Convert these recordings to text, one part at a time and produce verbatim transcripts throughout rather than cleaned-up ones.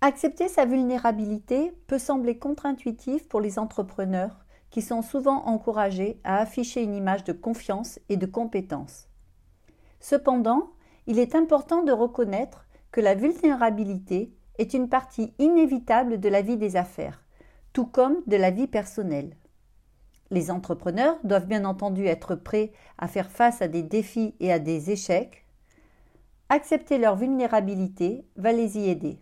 Accepter sa vulnérabilité peut sembler contre-intuitif pour les entrepreneurs qui sont souvent encouragés à afficher une image de confiance et de compétence. Cependant, il est important de reconnaître que la vulnérabilité est une partie inévitable de la vie des affaires, tout comme de la vie personnelle. Les entrepreneurs doivent bien entendu être prêts à faire face à des défis et à des échecs. Accepter leur vulnérabilité va les y aider.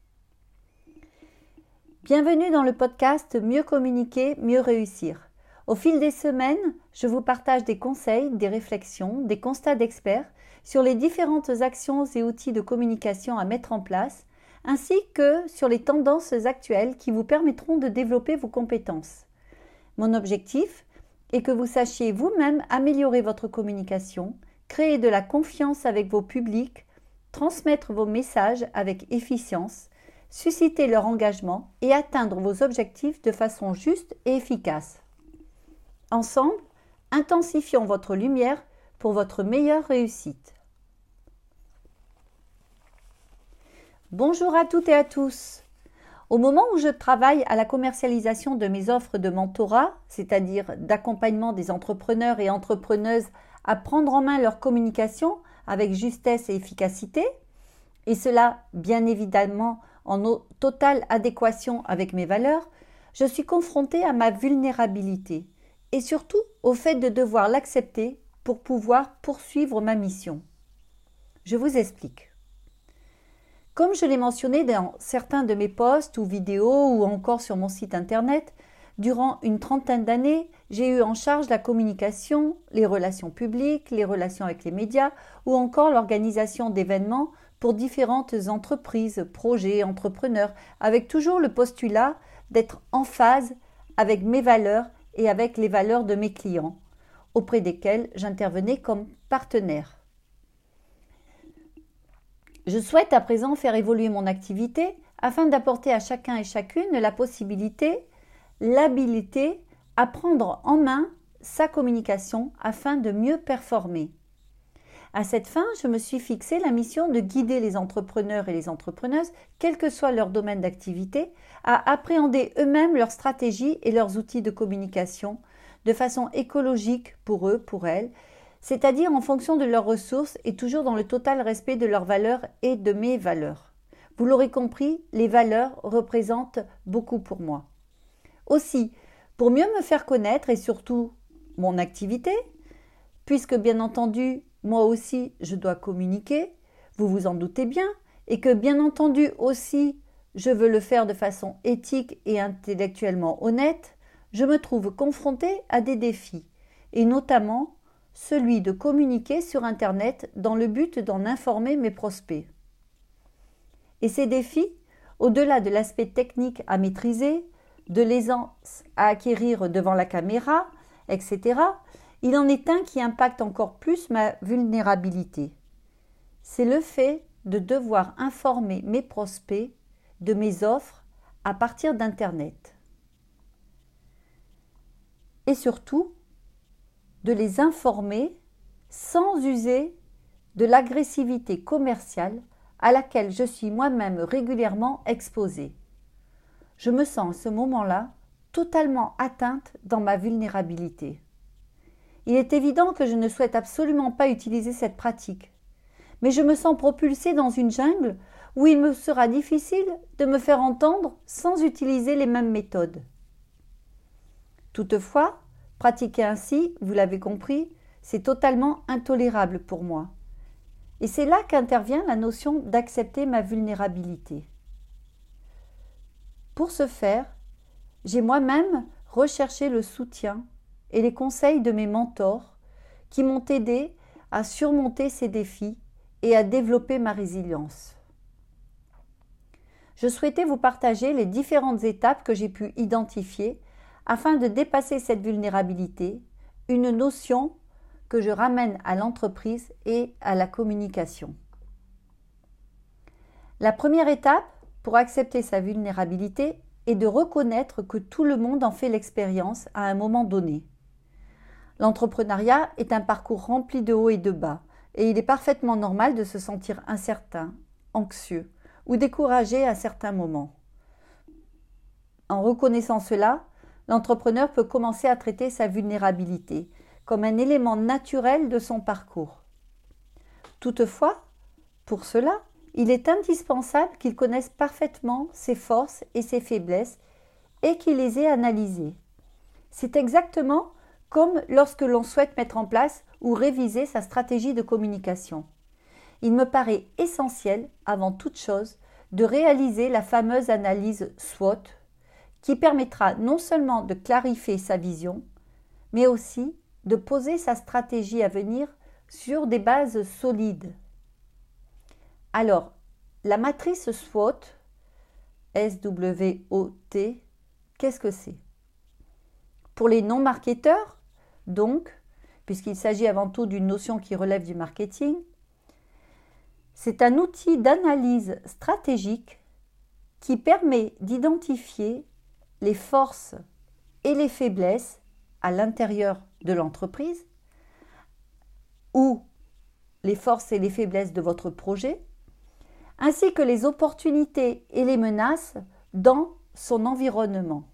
Bienvenue dans le podcast Mieux communiquer, mieux réussir. Au fil des semaines, je vous partage des conseils, des réflexions, des constats d'experts sur les différentes actions et outils de communication à mettre en place, ainsi que sur les tendances actuelles qui vous permettront de développer vos compétences. Mon objectif est que vous sachiez vous-même améliorer votre communication, créer de la confiance avec vos publics, transmettre vos messages avec efficience, susciter leur engagement et atteindre vos objectifs de façon juste et efficace. Ensemble, intensifions votre lumière pour votre meilleure réussite. Bonjour à toutes et à tous. Au moment où je travaille à la commercialisation de mes offres de mentorat, c'est-à-dire d'accompagnement des entrepreneurs et entrepreneuses à prendre en main leur communication avec justesse et efficacité, et cela bien évidemment en totale adéquation avec mes valeurs, je suis confrontée à ma vulnérabilité et surtout au fait de devoir l'accepter pour pouvoir poursuivre ma mission. Je vous explique. Comme je l'ai mentionné dans certains de mes posts ou vidéos ou encore sur mon site internet, durant une trentaine d'années, j'ai eu en charge la communication, les relations publiques, les relations avec les médias ou encore l'organisation d'événements pour différentes entreprises, projets, entrepreneurs, avec toujours le postulat d'être en phase avec mes valeurs et avec les valeurs de mes clients, auprès desquels j'intervenais comme partenaire. Je souhaite à présent faire évoluer mon activité afin d'apporter à chacun et chacune la possibilité, l'habilité à prendre en main sa communication afin de mieux performer. À cette fin, je me suis fixé la mission de guider les entrepreneurs et les entrepreneuses, quel que soit leur domaine d'activité, à appréhender eux-mêmes leurs stratégies et leurs outils de communication de façon écologique pour eux, pour elles, c'est-à-dire en fonction de leurs ressources et toujours dans le total respect de leurs valeurs et de mes valeurs. Vous l'aurez compris, les valeurs représentent beaucoup pour moi. Aussi, pour mieux me faire connaître et surtout mon activité, puisque bien entendu, moi aussi, je dois communiquer, vous vous en doutez bien, et que bien entendu aussi, je veux le faire de façon éthique et intellectuellement honnête, je me trouve confrontée à des défis, et notamment celui de communiquer sur Internet dans le but d'en informer mes prospects. Et ces défis, au-delà de l'aspect technique à maîtriser, de l'aisance à acquérir devant la caméra, et cetera, il en est un qui impacte encore plus ma vulnérabilité. C'est le fait de devoir informer mes prospects de mes offres à partir d'Internet. Et surtout, de les informer sans user de l'agressivité commerciale à laquelle je suis moi-même régulièrement exposée. Je me sens à ce moment-là totalement atteinte dans ma vulnérabilité. Il est évident que je ne souhaite absolument pas utiliser cette pratique, mais je me sens propulsée dans une jungle où il me sera difficile de me faire entendre sans utiliser les mêmes méthodes. Toutefois, pratiquer ainsi, vous l'avez compris, c'est totalement intolérable pour moi. Et c'est là qu'intervient la notion d'accepter ma vulnérabilité. Pour ce faire, j'ai moi-même recherché le soutien et les conseils de mes mentors qui m'ont aidé à surmonter ces défis et à développer ma résilience. Je souhaitais vous partager les différentes étapes que j'ai pu identifier afin de dépasser cette vulnérabilité, une notion que je ramène à l'entreprise et à la communication. La première étape pour accepter sa vulnérabilité est de reconnaître que tout le monde en fait l'expérience à un moment donné. L'entrepreneuriat est un parcours rempli de hauts et de bas, et il est parfaitement normal de se sentir incertain, anxieux, ou découragé à certains moments. En reconnaissant cela, l'entrepreneur peut commencer à traiter sa vulnérabilité comme un élément naturel de son parcours. Toutefois, pour cela, il est indispensable qu'il connaisse parfaitement ses forces et ses faiblesses et qu'il les ait analysées. C'est exactement comme lorsque l'on souhaite mettre en place ou réviser sa stratégie de communication. Il me paraît essentiel, avant toute chose, de réaliser la fameuse analyse SWOT qui permettra non seulement de clarifier sa vision, mais aussi de poser sa stratégie à venir sur des bases solides. Alors, la matrice SWOT, S W O T, qu'est-ce que c'est? Pour les non-marketeurs, donc, puisqu'il s'agit avant tout d'une notion qui relève du marketing, c'est un outil d'analyse stratégique qui permet d'identifier les forces et les faiblesses à l'intérieur de l'entreprise ou les forces et les faiblesses de votre projet, ainsi que les opportunités et les menaces dans son environnement.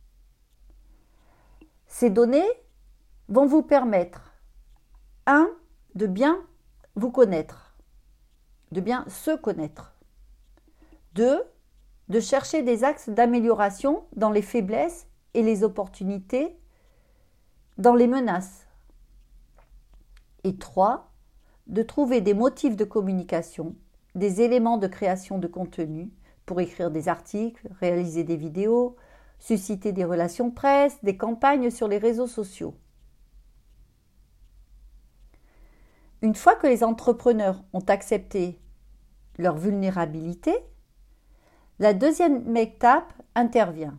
Ces données vont vous permettre, un, de bien vous connaître, de bien se connaître. deux, de chercher des axes d'amélioration dans les faiblesses et les opportunités, dans les menaces. Et trois, de trouver des motifs de communication, des éléments de création de contenu pour écrire des articles, réaliser des vidéos, susciter des relations presse, des campagnes sur les réseaux sociaux. Une fois que les entrepreneurs ont accepté leur vulnérabilité, la deuxième étape intervient.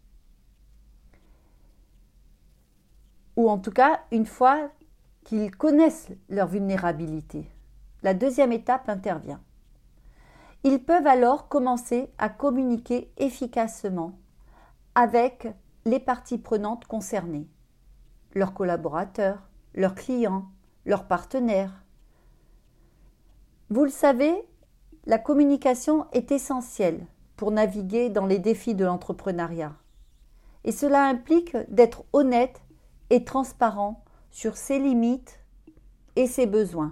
Ou en tout cas, une fois qu'ils connaissent leur vulnérabilité, la deuxième étape intervient. Ils peuvent alors commencer à communiquer efficacement avec les parties prenantes concernées, leurs collaborateurs, leurs clients, leurs partenaires. Vous le savez, la communication est essentielle pour naviguer dans les défis de l'entrepreneuriat. Et cela implique d'être honnête et transparent sur ses limites et ses besoins.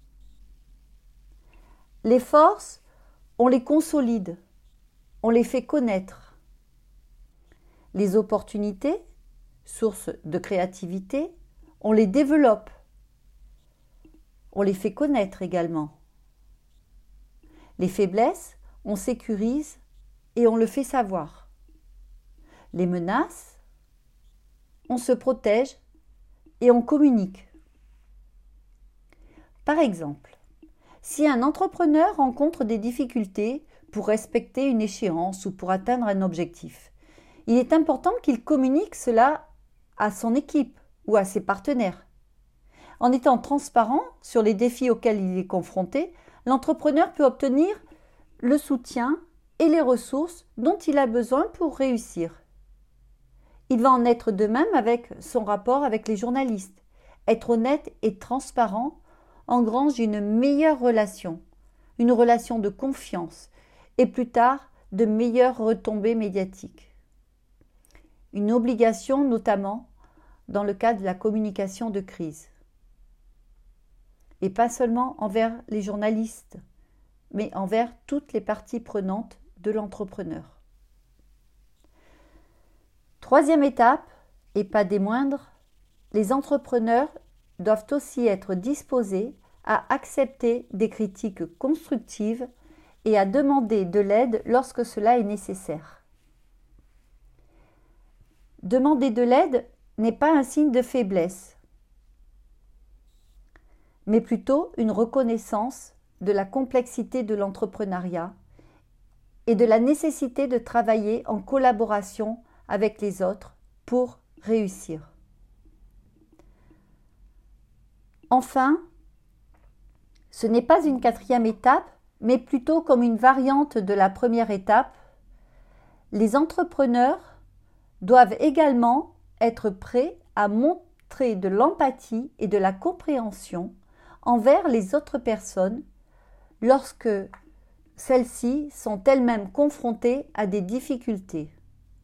Les forces, on les consolide, on les fait connaître. Les opportunités, sources de créativité, on les développe. On les fait connaître également. Les faiblesses, on sécurise et on le fait savoir. Les menaces, on se protège et on communique. Par exemple, si un entrepreneur rencontre des difficultés pour respecter une échéance ou pour atteindre un objectif, il est important qu'il communique cela à son équipe ou à ses partenaires. En étant transparent sur les défis auxquels il est confronté, l'entrepreneur peut obtenir le soutien et les ressources dont il a besoin pour réussir. Il va en être de même avec son rapport avec les journalistes. Être honnête et transparent engrange une meilleure relation, une relation de confiance et plus tard de meilleures retombées médiatiques. Une obligation notamment dans le cas de la communication de crise. Et pas seulement envers les journalistes, mais envers toutes les parties prenantes de l'entrepreneur. Troisième étape, et pas des moindres, les entrepreneurs doivent aussi être disposés à accepter des critiques constructives et à demander de l'aide lorsque cela est nécessaire. Demander de l'aide n'est pas un signe de faiblesse, mais plutôt une reconnaissance de la complexité de l'entrepreneuriat et de la nécessité de travailler en collaboration avec les autres pour réussir. Enfin, ce n'est pas une quatrième étape, mais plutôt comme une variante de la première étape. Les entrepreneurs doivent également être prêts à montrer de l'empathie et de la compréhension envers les autres personnes lorsque celles-ci sont elles-mêmes confrontées à des difficultés.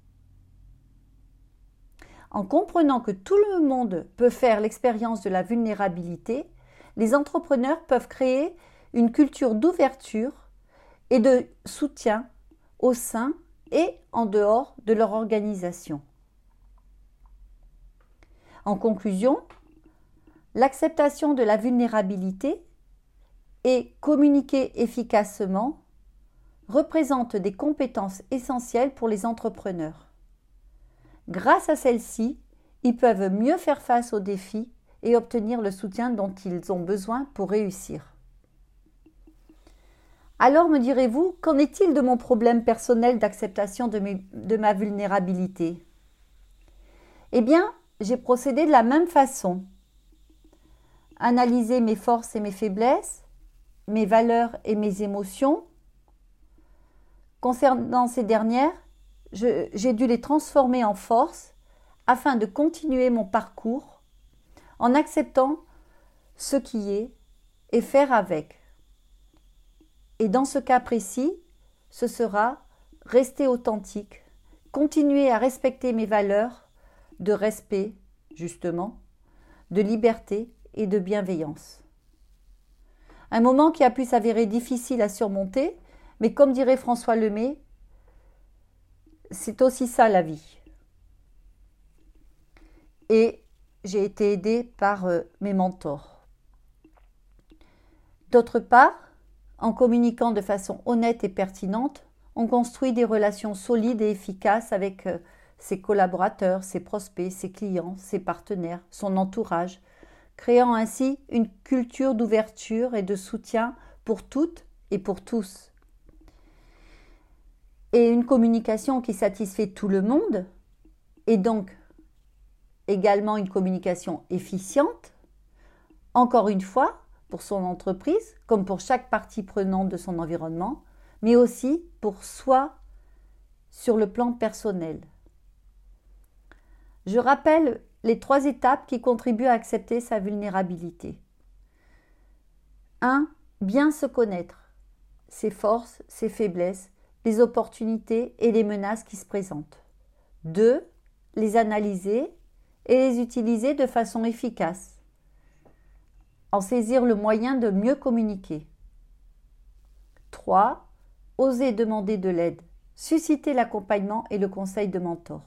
En comprenant que tout le monde peut faire l'expérience de la vulnérabilité, les entrepreneurs peuvent créer une culture d'ouverture et de soutien au sein et en dehors de leur organisation. En conclusion, l'acceptation de la vulnérabilité et communiquer efficacement représentent des compétences essentielles pour les entrepreneurs. Grâce à celles-ci, ils peuvent mieux faire face aux défis et obtenir le soutien dont ils ont besoin pour réussir. Alors me direz-vous, qu'en est-il de mon problème personnel d'acceptation de, mes, de ma vulnérabilité ? Eh bien, j'ai procédé de la même façon. Analyser mes forces et mes faiblesses, mes valeurs et mes émotions. Concernant ces dernières, je, j'ai dû les transformer en force afin de continuer mon parcours en acceptant ce qui est et faire avec. Et dans ce cas précis, ce sera rester authentique, continuer à respecter mes valeurs de respect, justement, de liberté et de bienveillance. Un moment qui a pu s'avérer difficile à surmonter, mais comme dirait François Lemay, c'est aussi ça la vie. Et j'ai été aidée par euh, mes mentors. D'autre part, en communiquant de façon honnête et pertinente, on construit des relations solides et efficaces avec euh, ses collaborateurs, ses prospects, ses clients, ses partenaires, son entourage, créant ainsi une culture d'ouverture et de soutien pour toutes et pour tous. Et une communication qui satisfait tout le monde, et donc également une communication efficiente, encore une fois, pour son entreprise, comme pour chaque partie prenante de son environnement, mais aussi pour soi sur le plan personnel. Je rappelle les trois étapes qui contribuent à accepter sa vulnérabilité. un. Bien se connaître, ses forces, ses faiblesses, les opportunités et les menaces qui se présentent. deux. Les analyser et les utiliser de façon efficace. En saisir le moyen de mieux communiquer. trois. Oser demander de l'aide, susciter l'accompagnement et le conseil de mentor.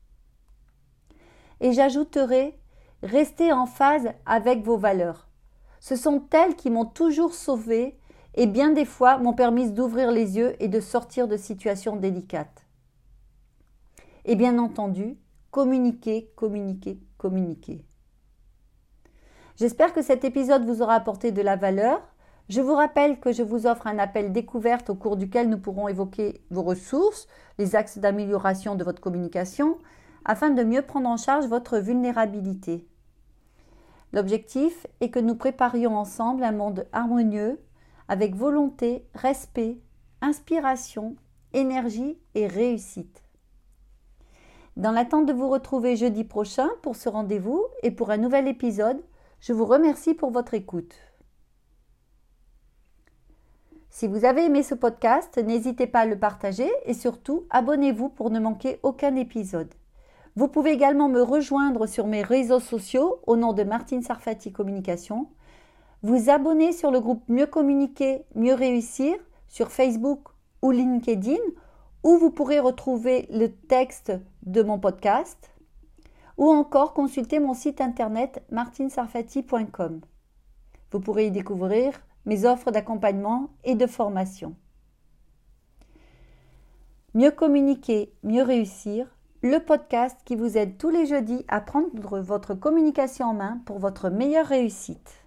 Et j'ajouterai, restez en phase avec vos valeurs. Ce sont elles qui m'ont toujours sauvée et bien des fois m'ont permis d'ouvrir les yeux et de sortir de situations délicates. Et bien entendu, communiquer, communiquer, communiquer. J'espère que cet épisode vous aura apporté de la valeur. Je vous rappelle que je vous offre un appel découverte au cours duquel nous pourrons évoquer vos ressources, les axes d'amélioration de votre communication, afin de mieux prendre en charge votre vulnérabilité. L'objectif est que nous préparions ensemble un monde harmonieux, avec volonté, respect, inspiration, énergie et réussite. Dans l'attente de vous retrouver jeudi prochain pour ce rendez-vous et pour un nouvel épisode, je vous remercie pour votre écoute. Si vous avez aimé ce podcast, n'hésitez pas à le partager et surtout, abonnez-vous pour ne manquer aucun épisode. Vous pouvez également me rejoindre sur mes réseaux sociaux au nom de Martine Sarfati Communication, vous abonner sur le groupe Mieux communiquer, mieux réussir sur Facebook ou LinkedIn, où vous pourrez retrouver le texte de mon podcast, ou encore consulter mon site internet martine sarfati point com. Vous pourrez y découvrir mes offres d'accompagnement et de formation. Mieux communiquer, mieux réussir, le podcast qui vous aide tous les jeudis à prendre votre communication en main pour votre meilleure réussite.